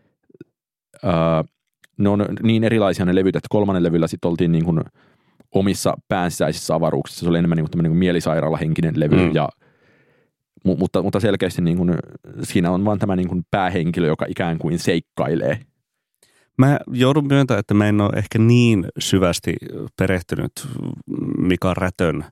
ää, ne on niin erilaisia ne levyt, että kolmannen levyllä sitten oltiin niin kuin omissa päänsisäisissä avaruuksissa. Se oli enemmän niin kuin tämmöinen niin kuin mielisairaalahenkinen levy mm. ja Mutta, mutta selkeästi niin kuin, siinä on vaan tämä niin kuin päähenkilö, joka ikään kuin seikkailee. Mä joudun myöntämään, että mä en ole ehkä niin syvästi perehtynyt Mika Rätön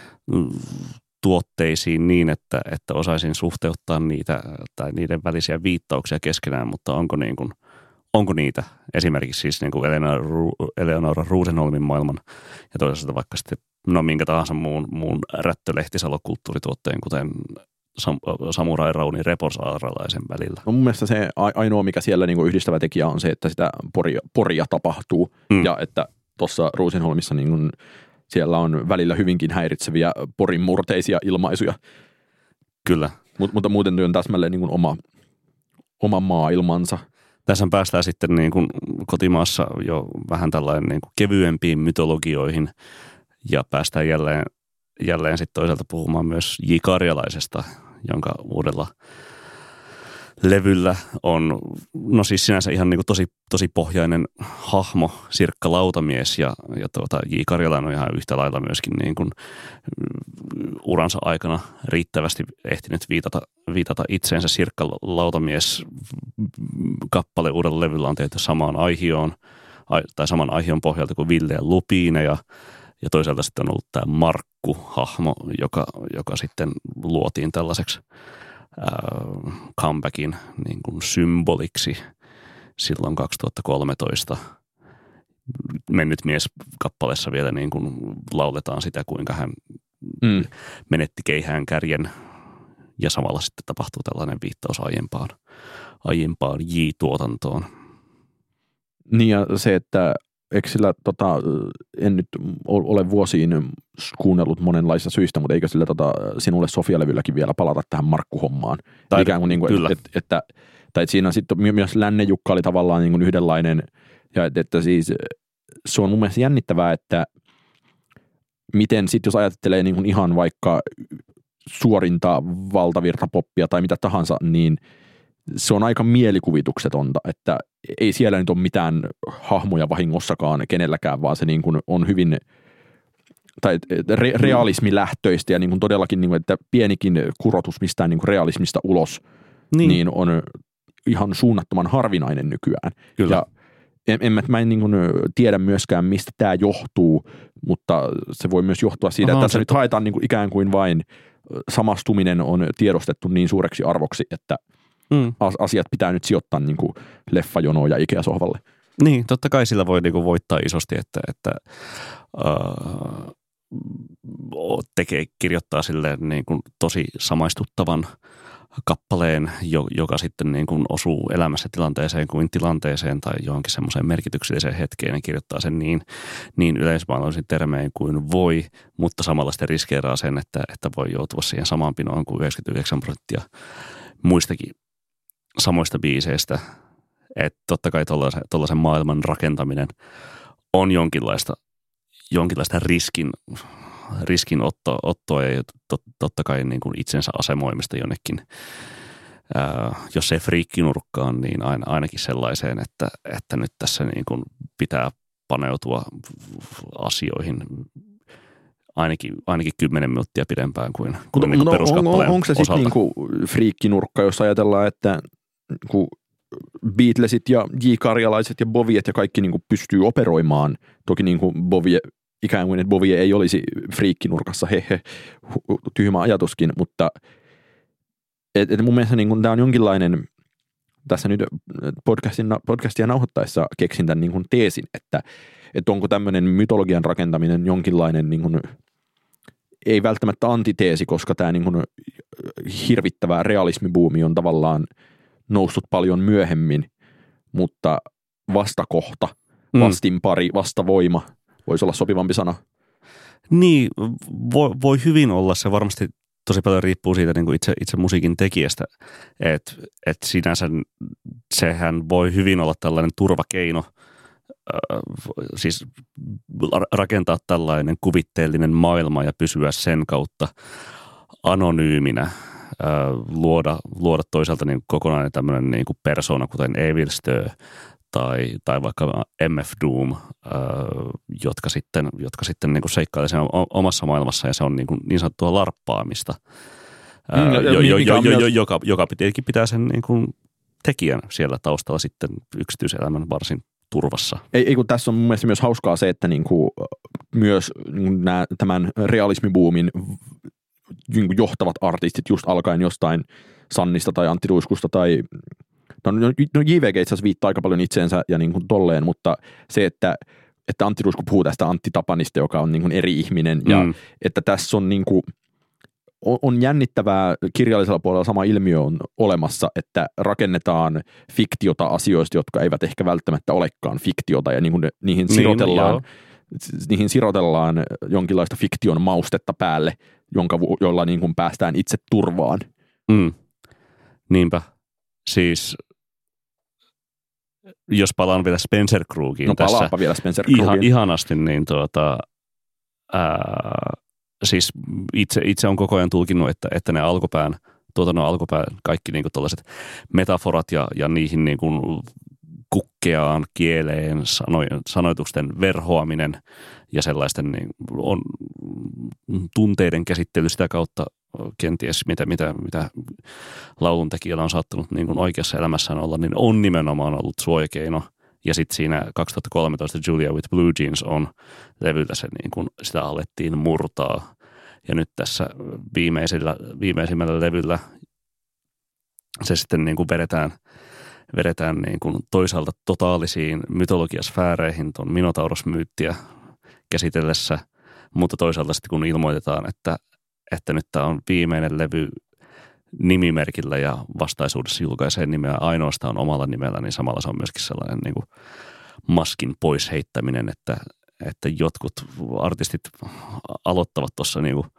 tuotteisiin niin, että, että osaisin suhteuttaa niitä tai niiden välisiä viittauksia keskenään, mutta onko, niin kuin, onko niitä esimerkiksi siis niin kuin Eleanora, Eleanora Rosenholmin maailman ja toisaalta vaikka sitten no minkä tahansa muun, muun rättölehtisalo-kulttuurituotteen, kuten Sam, Samurai Raunin reposaaralaisen välillä. No mun mielestä se ainoa, mikä siellä niinku yhdistävä tekijä on se, että sitä poria, poria tapahtuu mm. ja että tuossa Rosenholmissa niinku, siellä on välillä hyvinkin häiritseviä porin murteisia ilmaisuja. Kyllä. Mut, mutta muuten on täsmälleen niinku oma, oma maailmansa. Tässä päästään sitten niin kuin kotimaassa jo vähän tällainen niin kuin kevyempiin mytologioihin ja päästään jälleen, jälleen sitten toisaalta puhumaan myös J. Karjalaisesta, jonka uudella levyllä on, no siis sinänsä ihan niin kuin tosi, tosi pohjainen hahmo, Sirkka Lautamies ja, ja tuota, J. Karjalainen on ihan yhtä lailla myöskin niin kuin uransa aikana riittävästi ehtinyt viitata, viitata itseensä. Sirkka Lautamies kappale uudella levyllä on tehty samaan aihioon tai saman aihion pohjalta kuin Ville ja Lupine ja Ja toisaalta sitten on ollut tämä Markku-hahmo, joka, joka sitten luotiin tällaiseksi äh, comebackin niin kuin symboliksi silloin kaksituhattakolmetoista. Mennyt mies -kappaleessa vielä niin kuin lauletaan sitä, kuinka hän Mm. menetti keihään kärjen ja samalla sitten tapahtuu tällainen viittaus aiempaan, aiempaan J-tuotantoon. Niin ja se, että eikö sillä, tota, en nyt ole vuosiin kuunnellut monenlaisista syistä, mutta eikö sillä tota, sinulle Sofia-levylläkin vielä palata tähän Markku-hommaan? Tai ikään kuin, niin kuin kyllä. että, että, tai että siinä sitten myös Lännejukka oli tavallaan niin kuin yhdenlainen, ja että, että siis se on mun mielestä jännittävää, että miten sitten jos ajattelee niin kuin ihan vaikka suorinta valtavirtapoppia tai mitä tahansa, niin se on aika mielikuvituksetonta, että ei siellä nyt ole mitään hahmoja vahingossakaan kenelläkään, vaan se niin kuin on hyvin tai re- realismilähtöistä ja niin kuin todellakin, niin kuin, että pienikin kurotus mistään niin kuin realismista ulos, niin. niin on ihan suunnattoman harvinainen nykyään. Kyllä. Ja en, en, mä en niin kuin tiedä myöskään, mistä tämä johtuu, mutta se voi myös johtua siitä, Aha, että tässä nyt haetaan niin kuin ikään kuin vain samastuminen on tiedostettu niin suureksi arvoksi, että mm. asiat pitää nyt sijoittaa niin kuin leffajonoon ja Ikea-sohvalle. Niin, totta kai sillä voi niin kuin voittaa isosti, että, että äh, tekee, kirjoittaa silleen niin kuin tosi samaistuttavan kappaleen, joka sitten niin kuin osuu elämässä tilanteeseen kuin tilanteeseen tai johonkin semmoiseen merkitykselliseen hetkeen ja kirjoittaa sen niin, niin yleismaailmallisin termein kuin voi, mutta samalla sitten riskeeraa sen, että, että voi joutua siihen samaan pinoon kuin yhdeksänkymmentäyhdeksän prosenttia muistakin samoista biiseistä. Että totta kai tollaisen, tollaisen maailman rakentaminen on jonkinlaista, jonkinlaista riskin, riskinottoa ja tot, totta kai niin kuin itsensä asemoimista jonnekin, ää, jos ei friikkinurkkaan, niin aina, ainakin sellaiseen, että, että nyt tässä niin kuin pitää paneutua asioihin ainakin, ainakin kymmenen minuuttia pidempään kuin, kuin, niin kuin peruskappaleen on, on, onko se sitten niin kuin friikkinurkka, jos ajatellaan, että kun Beatlesit ja J-karjalaiset ja Boviet ja kaikki niin kuin pystyy operoimaan, toki niin kuin Bovie, ikään kuin, että Bovie ei olisi friikkinurkassa, hehe, tyhmä ajatuskin, mutta et, et mun mielestä niin kuin, tämä on jonkinlainen, tässä nyt podcastin, podcastia nauhoittaessa keksin tämän niin kuin teesin, että, että onko tämmöinen mytologian rakentaminen jonkinlainen, niin kuin, ei välttämättä antiteesi, koska tämä niin kuin hirvittävä realismibuumi on tavallaan noussut paljon myöhemmin, mutta vastakohta, vastinpari, vastavoima voisi olla sopivampi sana. Niin, voi, voi hyvin olla. Se varmasti tosi paljon riippuu siitä niin kuin itse, itse musiikin tekijästä, että et sinänsä sehän voi hyvin olla tällainen turvakeino, äh, siis rakentaa tällainen kuvitteellinen maailma ja pysyä sen kautta anonyyminä. Luoda, luoda toisaalta niin kokonainen tämmöinen niin kuin persona, kuten Evil Stö tai, tai vaikka M F Doom, äh, jotka sitten, jotka sitten niin kuin seikkailee sen omassa maailmassa ja se on niin, kuin niin sanottua larppaamista, äh, mm, jo, jo, jo, jo, jo, jo, joka, joka tietenkin pitää sen niin kuin tekijän siellä taustalla sitten yksityiselämän varsin turvassa. Ei, ei kun tässä on mun mielestä myös hauskaa se, että niin kuin myös niin nämä, tämän realismibuumin johtavat artistit just alkaen jostain Sannista tai Antti Ruiskusta tai no, no J V G itse asiassa viittaa aika paljon itseensä ja niin kuin tolleen, mutta se, että, että Antti Ruisku puhuu tästä Antti Tapanista, joka on niin kuin eri ihminen ja mm. että tässä on niin kuin, on jännittävää kirjallisella puolella sama ilmiö on olemassa, että rakennetaan fiktiota asioista, jotka eivät ehkä välttämättä olekaan fiktiota ja niin kuin niihin sirotellaan niin, niihin sirotellaan jonkinlaista fiktion maustetta päälle, jonka, jolla niin kuin päästään itse turvaan. Mm. Niinpä. Siis jos palaan vielä Spencer Krugiin no, tässä vielä Spencer Krugiin. Ihan, ihanasti, niin tuota, ää, siis itse, itse on koko ajan tulkinnut, että, että ne alkupään, tuotannon alkupään kaikki niin kuin tällaiset metaforat ja, ja niihin niin kuin kukkeaan kieleen sano, sanoitusten verhoaminen ja sellaisten niin on tunteiden käsittely sitä kautta kenties, mitä, mitä, mitä lauluntekijällä on saattanut niin kuin oikeassa elämässään olla, niin on nimenomaan ollut suojakeino. Ja sitten siinä kaksituhattakolmetoista Julia with Blue Jeans on levyllä se, niin kuin sitä alettiin murtaa. Ja nyt tässä viimeisellä, viimeisimmällä levyllä se sitten niin kuin vedetään, vedetään niin kuin toisaalta totaalisiin mytologiasfääreihin tuon Minotaurus-myyttiä käsitellessä, mutta toisaalta sitten kun ilmoitetaan, että, että nyt tämä on viimeinen levy nimimerkillä ja vastaisuudessa julkaisee nimeä ainoastaan omalla nimellä, niin samalla se on myöskin sellainen niin kuin maskin pois heittäminen, että, että jotkut artistit aloittavat tuossa niin kuin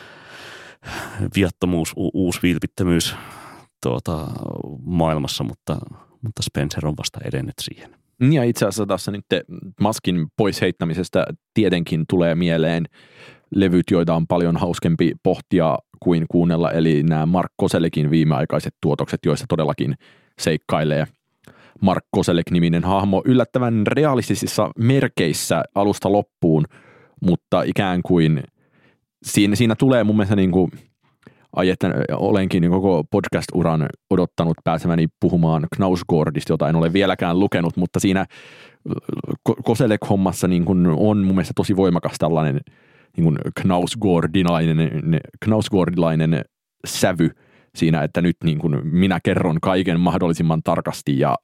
viattomuus, u- uusi vilpittömyys tuota, maailmassa, mutta, mutta Spencer on vasta edennyt siihen. Ja itse asiassa tässä nyt maskin pois heittämisestä tietenkin tulee mieleen levyt, joita on paljon hauskempi pohtia kuin kuunnella, eli nämä Mark Koselekin viimeaikaiset tuotokset, joissa todellakin seikkailee Mark Koselek-niminen hahmo yllättävän realistisissa merkeissä alusta loppuun, mutta ikään kuin siinä, siinä tulee mun mielestä niin kuin, ai että olenkin koko podcast-uran odottanut pääsemäni puhumaan Knausgårdista, jota en ole vieläkään lukenut, mutta siinä Koselek-hommassa niin kuin on mun mielestä tosi voimakas tällainen niin kuin Knausgårdilainen, Knausgårdilainen sävy siinä, että nyt niin kuin minä kerron kaiken mahdollisimman tarkasti ja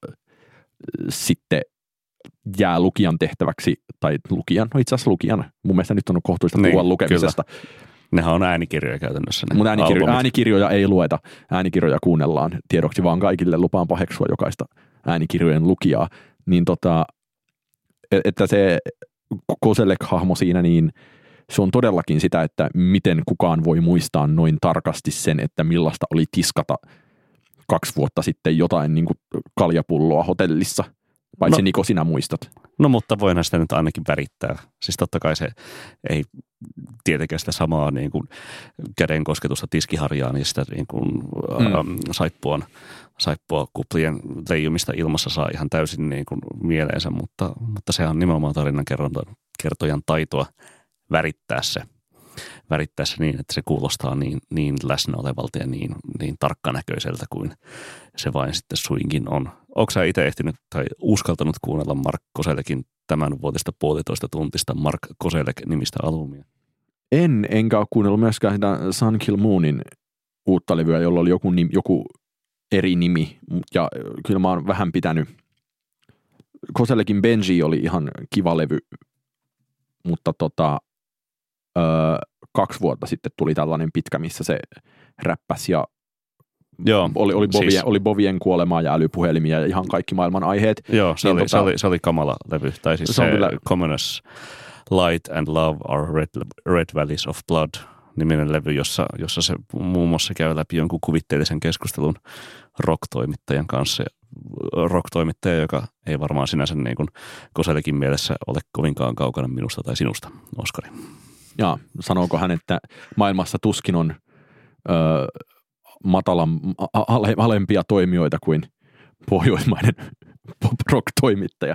sitten jää lukijan tehtäväksi, tai lukijan, no itse asiassa lukijan, mun mielestä nyt on kohtuista puhua niin, lukemisesta. Kyllä. Nehän on äänikirjoja käytännössä. Mutta äänikirjo, äänikirjoja ei lueta, äänikirjoja kuunnellaan tiedoksi vaan kaikille, lupaan paheksua jokaista äänikirjojen lukijaa. Niin tota, että se Koselek-hahmo siinä, niin se on todellakin sitä, että miten kukaan voi muistaa noin tarkasti sen, että millaista oli tiskata kaksi vuotta sitten jotain niin kuin kaljapulloa hotellissa. Paitsi no, Niko, sinä muistat. No mutta voinhan sitä nyt ainakin värittää. Siis totta kai se ei tietenkään sitä samaa niin kuin käden kosketusta tiskiharjaan ja sitä niin kuin, mm. ähm, saippuan, saippua kuplien leijumista ilmassa saa ihan täysin niin kuin mieleensä, mutta, mutta sehän on nimenomaan tarinan kertojan taitoa värittää se. värittää se niin, että se kuulostaa niin, niin läsnä olevalta ja niin, niin tarkkanäköiseltä kuin se vain sitten suinkin on. Onko sä itse ehtinyt tai uskaltanut kuunnella Mark Koselekin tämän vuotista puolitoista tuntista Mark Koselek-nimistä albumia? En, enkä ole kuunnellut myöskään sitä Sun Kil Moonin uutta levyä, jolla oli joku, nimi, joku eri nimi. Ja kyllä mä oon vähän pitänyt. Koselekin Benji oli ihan kiva levy, mutta tota, öö, kaksi vuotta sitten tuli tällainen pitkä, missä se räppäsi ja Joo, oli, oli, Bovien, siis, oli Bovien kuolemaa ja älypuhelimia ja ihan kaikki maailman aiheet. Joo, se, niin oli, tota, se, oli, se oli kamala levy. Tai siis se, se on kyllä Commoners Light and Love are Red, Red Valleys of Blood -niminen levy, jossa, jossa se muun muassa käy läpi jonkun kuvitteellisen keskustelun rock-toimittajan kanssa. Rock-toimittaja, joka ei varmaan sinänsä niin kuin Koselekin mielessä ole kovinkaan kaukana minusta tai sinusta, Oskari. Ja sanooko hän, että maailmassa tuskin on öö, matalan, ale, alempia toimijoita kuin pohjoismainen pop-rock-toimittaja?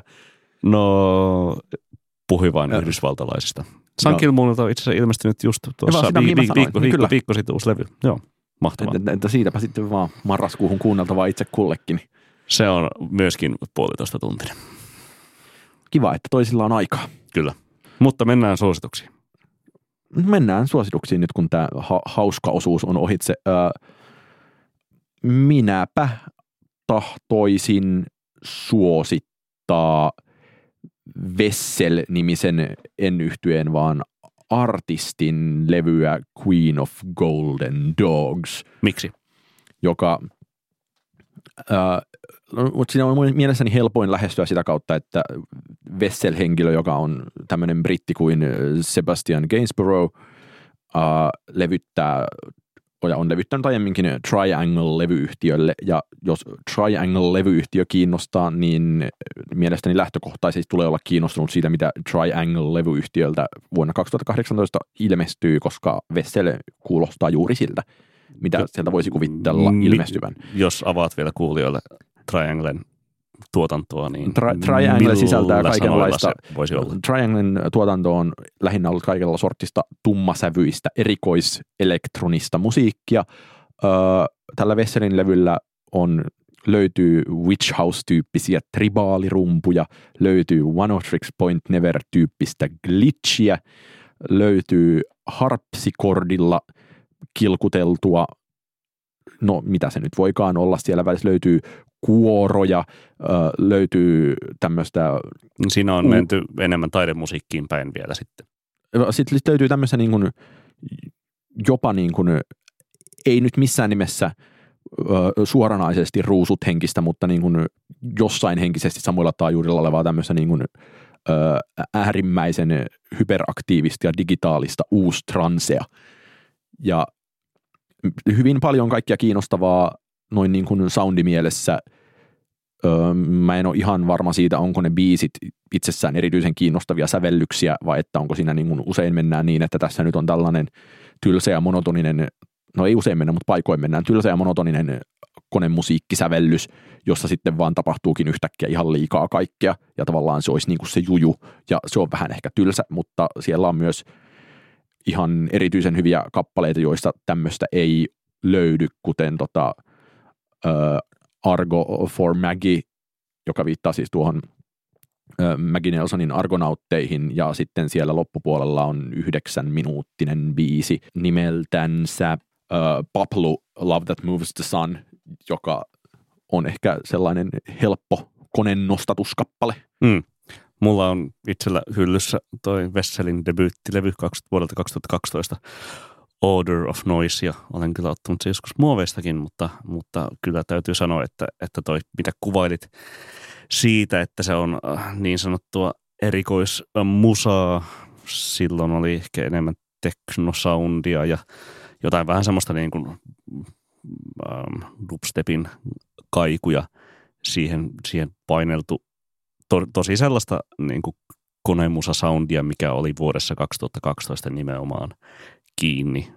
No, puhui vain ja yhdysvaltalaisista. Sun Kil Moonilta on itse asiassa ilmestynyt just tuossa viikko, viikko, viikko, viikko, viikko sitten uusi levy. Joo, mahtavaa. Entä, entä siitäpä sitten vaan marraskuuhun kuunneltavaa itse kullekin. Se on myöskin puolitoista tuntinen. Kiva, että toisilla on aikaa. Kyllä, mutta mennään suosituksiin. Mennään suosituksiin nyt, kun tämä ha- hauska osuus on ohitse. Öö, minäpä tahtoisin suosittaa Vessel-nimisen en yhtyeen, vaan artistin levyä Queen of Golden Dogs. Miksi? Joka, ää, mutta siinä on mielessäni helpoin lähestyä sitä kautta, että Vessel-henkilö, joka on tämmöinen britti kuin Sebastian Gainsborough, ää, levyttää ja on levyttänyt aiemminkin Triangle-levyyhtiölle, ja jos Triangle-levyyhtiö kiinnostaa, niin mielestäni lähtökohtaisesti tulee olla kiinnostunut siitä, mitä Triangle-levyyhtiöltä vuonna kaksituhattakahdeksantoista ilmestyy, koska Vessel kuulostaa juuri siltä, mitä sieltä voisi kuvitella ilmestyvän. Jos avaat vielä kuulijoille Trianglen tuotantoa, niin Tri- Triangle sisältää kaikenlaista. Voisi olla? Trianglen tuotanto on lähinnä ollut kaikella sortista tummasävyistä, erikoiselektronista musiikkia. Öö, tällä Vesselin levyllä on, löytyy Witch House-tyyppisiä tribaalirumpuja, löytyy One of Tricks Point Never-tyyppistä glitchiä, löytyy harpsikordilla kilkuteltua, no mitä se nyt voikaan olla, siellä välissä löytyy kuoroja, ö, löytyy tämmöistä... Siinä on u- menty enemmän taidemusiikkiin päin vielä sitten. Sitten löytyy tämmöistä niin kuin, jopa niin kuin, ei nyt missään nimessä ö, suoranaisesti ruusut henkistä, mutta niin kuin jossain henkisesti samoilla taajuudella olevaa tämmöistä niin kuin, ö, äärimmäisen hyperaktiivista ja digitaalista uustransea. Ja hyvin paljon kaikkia kiinnostavaa noin niin kuin soundimielessä. Öö, mä en ole ihan varma siitä, onko ne biisit itsessään erityisen kiinnostavia sävellyksiä, vai että onko siinä niin kuin usein mennään niin, että tässä nyt on tällainen tylsä ja monotoninen, no ei usein mennä, mutta paikoin mennään, tylsä ja monotoninen konemusiikkisävellys, jossa sitten vaan tapahtuukin yhtäkkiä ihan liikaa kaikkea, ja tavallaan se olisi niin kuin se juju, ja se on vähän ehkä tylsä, mutta siellä on myös ihan erityisen hyviä kappaleita, joista tämmöistä ei löydy, kuten tota, uh, Argo for Maggie, joka viittaa siis tuohon uh, Maggie Nelsonin Argonautteihin, ja sitten siellä loppupuolella on yhdeksän minuuttinen biisi nimeltänsä uh, Paplu, Love That Moves the Sun, joka on ehkä sellainen helppo konennostatuskappale. Mm. Mulla on itsellä hyllyssä toi Vesselin debyyttilevy vuodelta kaksituhattakaksitoista Order of Noise, ja olen kyllä ottanut se joskus muoveistakin, mutta, mutta kyllä täytyy sanoa, että, että toi mitä kuvailit siitä, että se on niin sanottua erikoismusaa, silloin oli ehkä enemmän teknosoundia ja jotain vähän semmoista niin kuin ähm, dubstepin kaikuja siihen, siihen paineltu. To, tosi sellaista niin kuin konemusa-soundia, mikä oli vuodessa kaksituhattakaksitoista nimenomaan kiinni.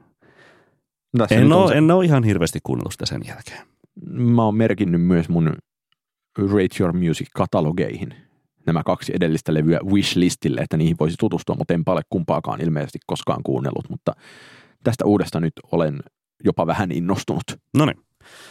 En ole, se... en ole ihan hirveästi kuunnellut sitä sen jälkeen. Mä oon merkinnyt myös mun Rate Your Music-katalogeihin nämä kaksi edellistä levyä wishlistille, että niihin voisi tutustua, mutta en ole kumpaakaan ilmeisesti koskaan kuunnellut, mutta tästä uudesta nyt olen jopa vähän innostunut. No niin.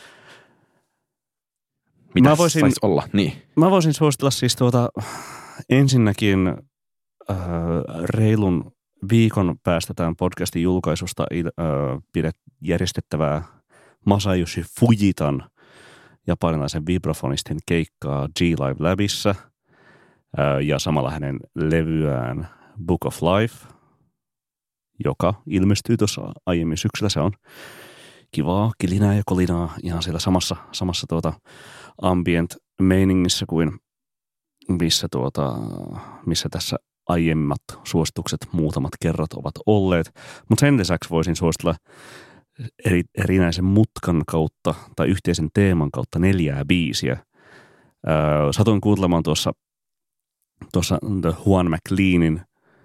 Mitä mä voisin olla? Niin. Mä voisin suositella siis tuota ensinnäkin äh, reilun viikon päästä tämän podcastin julkaisusta äh, pidet järjestettävää Masayoshi Fujitan japanilaisen vibrafonistin keikkaa G-Live Labissa äh, ja samalla hänen levyään Book of Life, joka ilmestyy tuossa aiemmin syksyllä. Se on kivaa kilinää ja kolinaa ihan siellä samassa, samassa tuota ambient-meiningissä kuin missä, tuota, missä tässä aiemmat suositukset muutamat kerrat ovat olleet. Mutta sen lisäksi voisin suositella eri, erinäisen mutkan kautta tai yhteisen teeman kautta neljää biisiä. Öö, satuin kuuntelemaan tuossa, tuossa The Juan McLeanin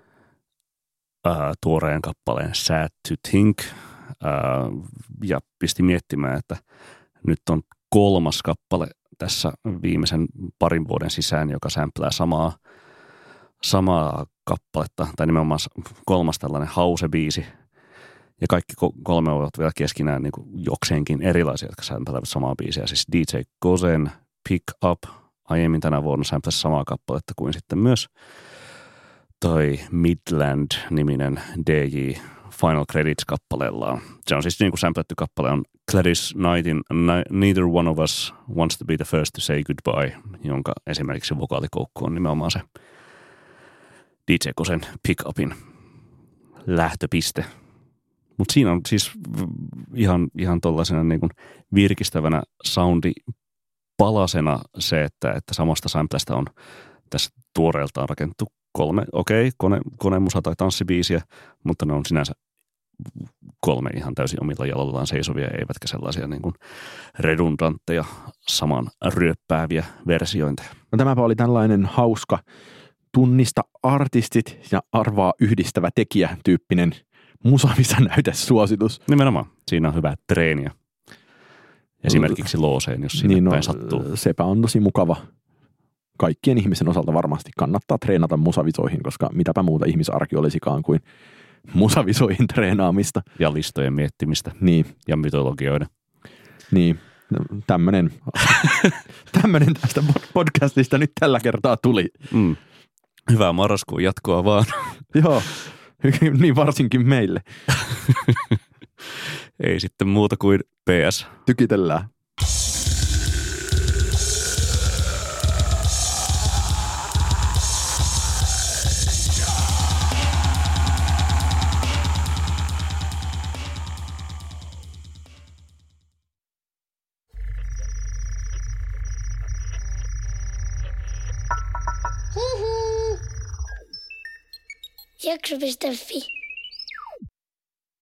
öö, tuoreen kappaleen Sad to Think öö, ja pisti miettimään, että nyt on kolmas kappale tässä viimeisen parin vuoden sisään, joka sämplää samaa, samaa kappaletta, tai nimenomaan kolmas tällainen hausebiisi. Ja kaikki kolme ovat vielä keskinään niin kuin jokseenkin erilaisia, jotka sämpläävät samaa biisiä. Siis D J Gozen Pick Up aiemmin tänä vuonna sämpläsi samaa kappaletta kuin sitten myös toi Midland-niminen D J Final Credits-kappaleellaan. Se on siis niin kuin sämplätty kappale on Gladys Knightin Neither One of Us Wants to be the First to Say Goodbye, jonka esimerkiksi vokaalikoukku on nimenomaan se D J Gozen Pick Upin lähtöpiste. Mutta siinä on siis ihan, ihan tuollaisena niin kuin virkistävänä soundipalasena se, että, että samasta samplästä on tässä tuoreeltaan rakennettu kolme, okei, okay, kone, konemusa tai tanssibiisiä, mutta ne on sinänsä kolme ihan täysin omilla jaloillaan seisovia, eivätkä sellaisia niin kuin redundantteja, saman ryöppääviä versiointeja. No tämäpä oli tällainen hauska tunnista artistit ja arvaa yhdistävä tekijä tyyppinen Musavisa näytesuositus. Nimenomaan. Siinä on hyvää treeniä. Esimerkiksi looseen, jos sinne niin päin no, sattuu. Sepä on tosi mukava. Kaikkien ihmisen osalta varmasti kannattaa treenata musavisoihin, koska mitäpä muuta ihmisarki olisikaan kuin musavisoihin treenaamista. Ja listojen miettimistä. Niin. Ja mytologioiden. Niin. Tämmönen, tämmönen tästä podcastista nyt tällä kertaa tuli. Mm. Hyvää marraskuun jatkoa vaan. Joo. Niin varsinkin meille. Ei sitten muuta kuin P S. Tykitellään. jakso piste fi.